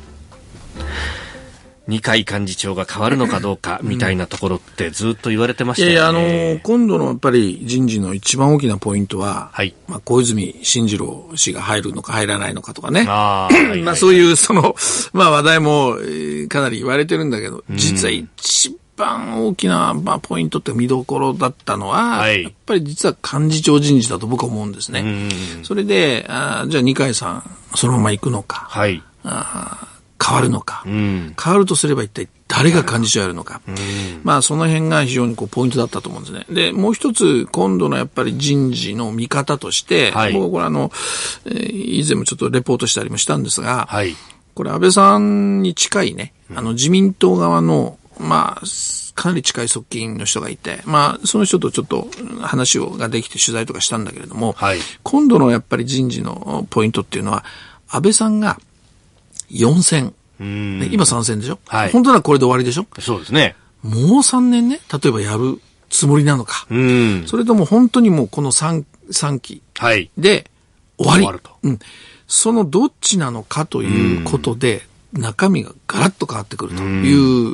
Speaker 1: 二階幹事長が変わるのかどうかみたいなところってずっと言われてましたよね。
Speaker 3: いやいや、あの今度のやっぱり人事の一番大きなポイントは、はい、まあ、小泉進次郎氏が入るのか入らないのかとかね、あはいはい、まあ、そういうその、まあ、話題もかなり言われてるんだけど、実は一番大きな、まあ、ポイントって見どころだったのは、はい、やっぱり実は幹事長人事だと僕は思うんですね。うんそれであじゃあ二階さんそのまま行くのか、はい、あ変わるのか、うん、変わるとすれば一体誰が幹事長やるのか、うん、まあその辺が非常にこうポイントだったと思うんですね。でもう一つ今度のやっぱり人事の見方として、はい、僕これあの、えー、以前もちょっとレポートしたりもしたんですが、はい、これ安倍さんに近いね、あの自民党側のまあかなり近い側近の人がいて、まあその人とちょっと話をができて取材とかしたんだけれども、はい、今度のやっぱり人事のポイントっていうのは安倍さんがよんせん、うん今さんせんでしょ、はい、本当はこれで終わりでしょ。
Speaker 1: そうですね。
Speaker 3: もうさんねんね、例えばやるつもりなのか、うんそれとも本当にもうこの 3, 3期で終わり、はい、終わると、うん、そのどっちなのかということで、中身がガラッと変わってくるという、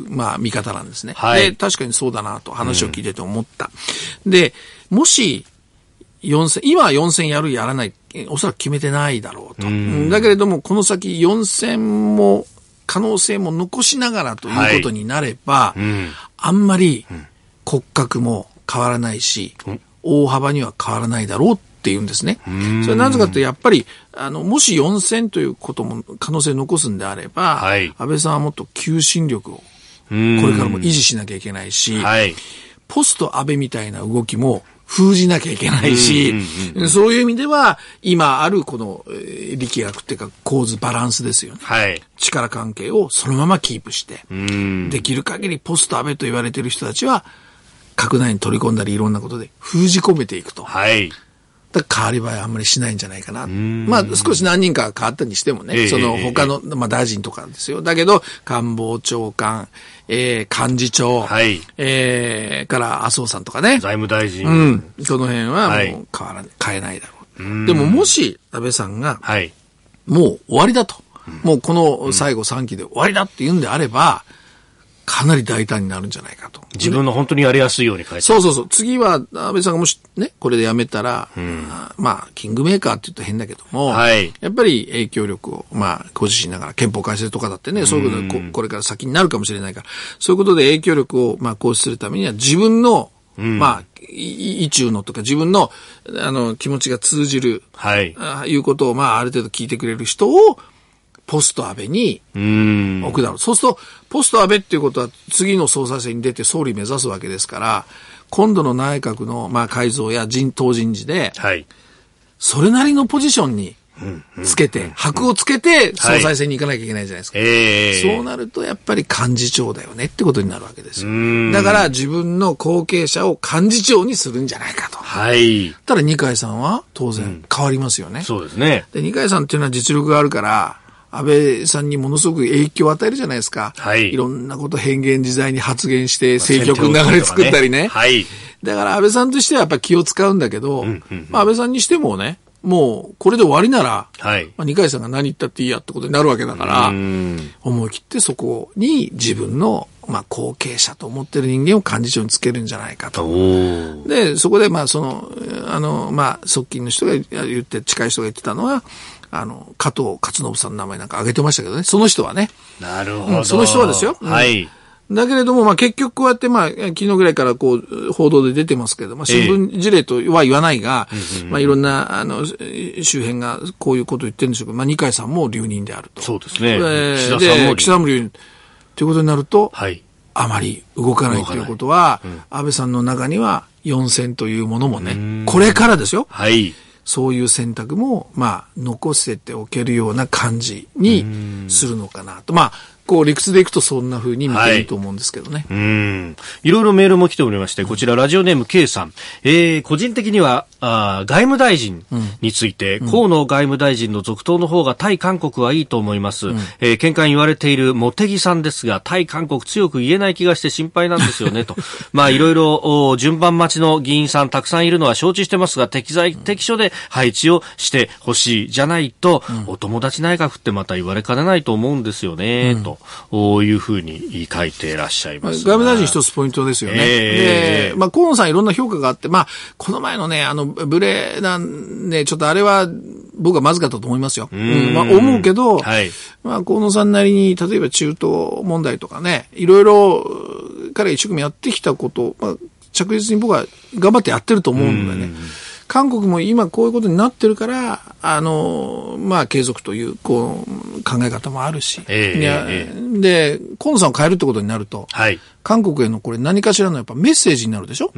Speaker 3: まあ見方なんですね、はい、で確かにそうだなと話を聞いてて思った、うん、でもしよんせん今はよんせんやるやらないおそらく決めてないだろうと、うん、だけれどもこの先よんせんも可能性も残しながらということになれば、はいうん、あんまり骨格も変わらないし、うん、大幅には変わらないだろうっていうんですね。それなぜかというとやっぱりあのもしよんせんということも可能性を残すんであれば、はい、安倍さんはもっと求心力をこれからも維持しなきゃいけないし、はい、ポスト安倍みたいな動きも封じなきゃいけないし、うんうんうん、そういう意味では今あるこの、えー、力学っていうか構図バランスですよね、はい、力関係をそのままキープして、うん、できる限りポスト安倍と言われている人たちは閣内に取り込んだりいろんなことで封じ込めていくと、はい、だから変わり映えあんまりしないんじゃないかな。まあ少し何人か変わったにしてもね、えー、その他の、まあ、大臣とかですよ。だけど官房長官、えー、幹事長、はい、えー、から麻生さんとかね、
Speaker 1: 財務大臣、
Speaker 3: うん、その辺はもう変わら、はい、変えないだろう。でももし安倍さんが、はい、もう終わりだと、うん、もうこの最後さんきで終わりだって言うんであれば、かなり大胆になるんじゃないかと。
Speaker 1: 自分の本当にやりやすいように変えて。
Speaker 3: そうそうそう。次は、安倍さんがもしね、これで辞めたら、うん、まあ、キングメーカーって言うと変だけども、はい、やっぱり影響力を、まあ、ご自身ながら憲法改正とかだってね、そういうことで こ, これから先になるかもしれないから、そういうことで影響力を、まあ、行使するためには自分の、うん、まあ、意中のとか自分の、あの、気持ちが通じる、はい、あいうことを、まあ、ある程度聞いてくれる人を、ポスト安倍に置くだろう。そうすると、ポスト安倍っていうことは次の総裁選に出て総理目指すわけですから、今度の内閣のまあ改造や人党人事で、はい、それなりのポジションにつけて、箔をつけて総裁選に行かなきゃいけないじゃないですか。はいえー、そうなるとやっぱり幹事長だよねってことになるわけですよ。だから自分の後継者を幹事長にするんじゃないかと。はい。ただ二階さんは当然変わりますよね。うん、そうですね。で、二階さんっていうのは実力があるから、安倍さんにものすごく影響を与えるじゃないですか。はい。いろんなこと変幻自在に発言して政局の流れ作ったりね。はい。だから安倍さんとしてはやっぱり気を使うんだけど、うんうんうんまあ、安倍さんにしてもね、もうこれで終わりなら、はい。まあ、二階さんが何言ったっていいやってことになるわけだから、うん思い切ってそこに自分のまあ後継者と思ってる人間を幹事長につけるんじゃないかと。で、そこでまあその、あの、まあ側近の人が言って、近い人が言ってたのは、あの、加藤勝信さんの名前なんか挙げてましたけどね。その人はね。
Speaker 1: なるほど。
Speaker 3: うん、その人はですよ。うん、はい。だけれども、まあ結局こうやってまあ、昨日ぐらいからこう、報道で出てますけど、まあ新聞事例とは言わないが、ええ、まあいろんな、あの、周辺がこういうことを言ってるんでしょうけど、まあ二階さんも留任であると。
Speaker 1: そうですね。
Speaker 3: 岸田さんも。岸田さんも留任。ということになると、はい。あまり動かないということは、うん、安倍さんの中にはよん選というものもね、これからですよ。はい。そういう選択も、まあ、残せておけるような感じにするのかなと。まあ、こう理屈でいくとそんな風に見ていいと思うんですけどね。
Speaker 1: はい、うん。いろいろメールも来ておりまして、こちらラジオネーム K さん。えー、個人的には、あ外務大臣について、うん、河野外務大臣の続投の方が対韓国はいいと思います。うん、えー、見解言われている茂木さんですが、対韓国強く言えない気がして心配なんですよね、と。まあ、いろいろ、順番待ちの議員さんたくさんいるのは承知してますが、適材適所で配置をしてほしいじゃないと、うん、お友達内閣ってまた言われかねないと思うんですよね、うん、と。いうふうに書いていらっしゃいます。
Speaker 3: 外務大臣一つポイントですよね。えー、で、まあ、河野さんいろんな評価があって、まあ、この前のね、あの、ブレなんね、ちょっとあれは、僕はまずかったと思いますよ。うん、まあ、思うけど、はい、まあ、河野さんなりに、例えば中東問題とかね、いろいろ、彼が一生懸命やってきたこと、まあ、着実に僕は頑張ってやってると思うんだよね。韓国も今こういうことになってるから、あの、まあ、継続という、こう、考え方もあるし。えー、いやえー、で、河野さんを変えるってことになると、はい、韓国へのこれ何かしらのやっぱメッセージになるでしょ。うん。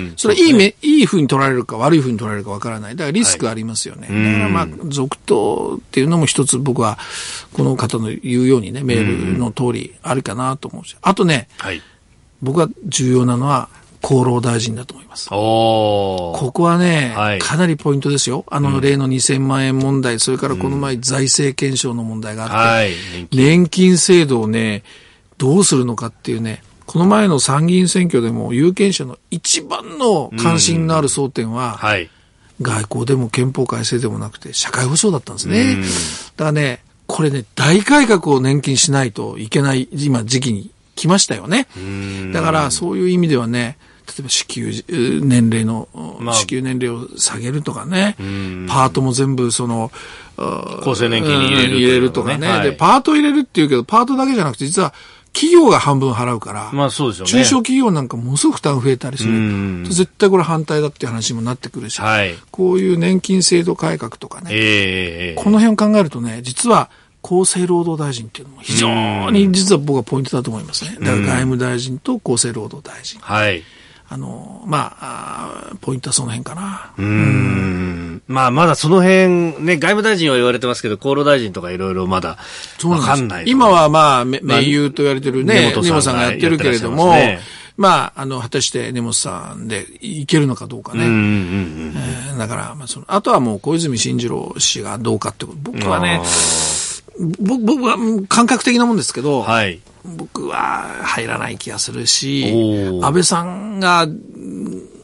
Speaker 3: それいいめ、ね、いい風に取られるか悪い風に取られるかわからない。だからリスクありますよね。はい、だからまあ、続投っていうのも一つ僕は、この方の言うようにね、メールの通りあるかなと思うし。あとね、はい、僕は重要なのは、厚労大臣だと思います。ここはね、はい、かなりポイントですよ。あの、例のにせんまんえん問題、それからこの前財政検証の問題があって、はい、年金制度をね、どうするのかっていうね、この前の参議院選挙でも有権者の一番の関心のある争点は、はい、外交でも憲法改正でもなくて社会保障だったんですね。だからね、これね、大改革を年金しないといけない今時期に来ましたよね。だからそういう意味ではね、例えば支給年齢の、まあ、支給年齢を下げるとかね、パートも全部その、
Speaker 1: 厚生年金に入れる、ね、
Speaker 3: 入れるとかね、はい、で、パート入れるって言うけど、パートだけじゃなくて実は企業が半分払うから、
Speaker 1: まあそうですよね。
Speaker 3: 中小企業なんかものすごく負担増えたりする。絶対これ反対だっていう話にもなってくるし、はい、こういう年金制度改革とかね、えー、この辺を考えるとね、実は厚生労働大臣っていうのも非常に実は僕はポイントだと思いますね。だから外務大臣と厚生労働大臣。はい。あの、まあ、あポイントはその辺かな。
Speaker 1: うーん。うんまあ、まだその辺、ね、外務大臣は言われてますけど、厚労大臣とかいろいろまだわかんない。
Speaker 3: 今はまあ、盟友と言われてるね、根本さんがやってるけれども、ね、まあ、あの、果たして根本さんでいけるのかどうかね。うんうんうんえー、だから、まあ、その、あとはもう小泉進次郎氏がどうかってこと。僕はね、僕、僕は感覚的なもんですけど、はい。僕は入らない気がするし、安倍さんが、おいっ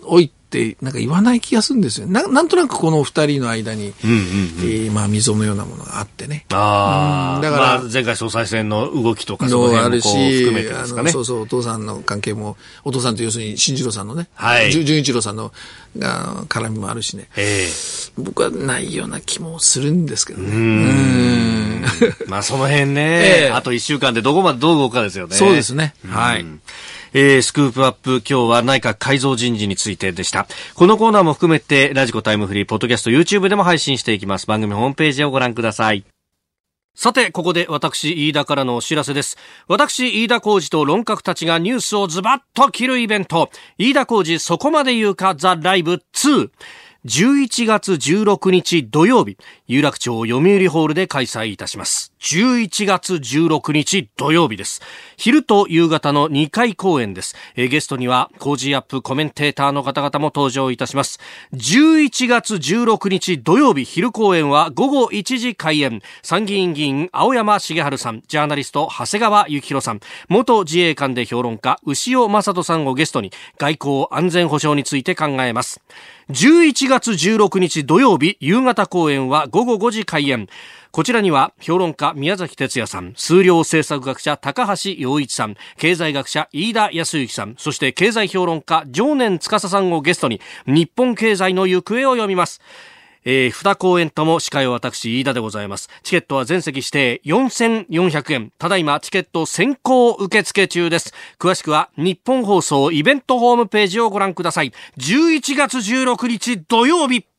Speaker 3: ってなんか言わない気がするんですよ。な, なんとなくこの二人の間に、うんうんうんえー、まあ溝のようなものがあってね。
Speaker 1: ああ、だから、まあ、前回総裁選の動きとかその辺もこう含めてですかね。
Speaker 3: そうそうお父さんの関係もお父さんと要するに進次郎さんのね、はい、純一郎さんのが絡みもあるしね。えー、僕はないような気もするんですけどね。うん
Speaker 1: うんまあその辺ね、えー、あといっしゅうかんでどこまでどう動くかですよね。
Speaker 3: そうですね。はい。
Speaker 1: えー、スクープアップ今日は内閣改造人事についてでした。このコーナーも含めてラジコタイムフリーポッドキャスト YouTube でも配信していきます。番組ホームページをご覧ください。さてここで私飯田からのお知らせです。私飯田浩司と論客たちがニュースをズバッと切るイベント、飯田浩司そこまで言うかザライブツー、じゅういちがつじゅうろくにち土曜日、有楽町読売ホールで開催いたします。じゅういちがつじゅうろくにち土曜日です。昼と夕方のにかい公演です。えー、ゲストにはコージーアップコメンテーターの方々も登場いたします。じゅういちがつじゅうろくにち土曜日昼公演はごごいちじ開演。参議院議員青山茂春さん、ジャーナリスト長谷川幸宏さん、元自衛官で評論家牛尾正人さんをゲストに外交安全保障について考えます。じゅういちがつじゅうろくにち土曜日夕方公演はごごごじ開演。こちらには評論家宮崎哲也さん、数量政策学者高橋洋一さん、経済学者飯田康之さん、そして経済評論家常念司さんをゲストに日本経済の行方を読みます。えー、に公演とも司会は私飯田でございます。チケットは全席指定よんせんよんひゃくえん。ただいまチケット先行受付中です。詳しくは日本放送イベントホームページをご覧ください。じゅういちがつじゅうろくにち土曜日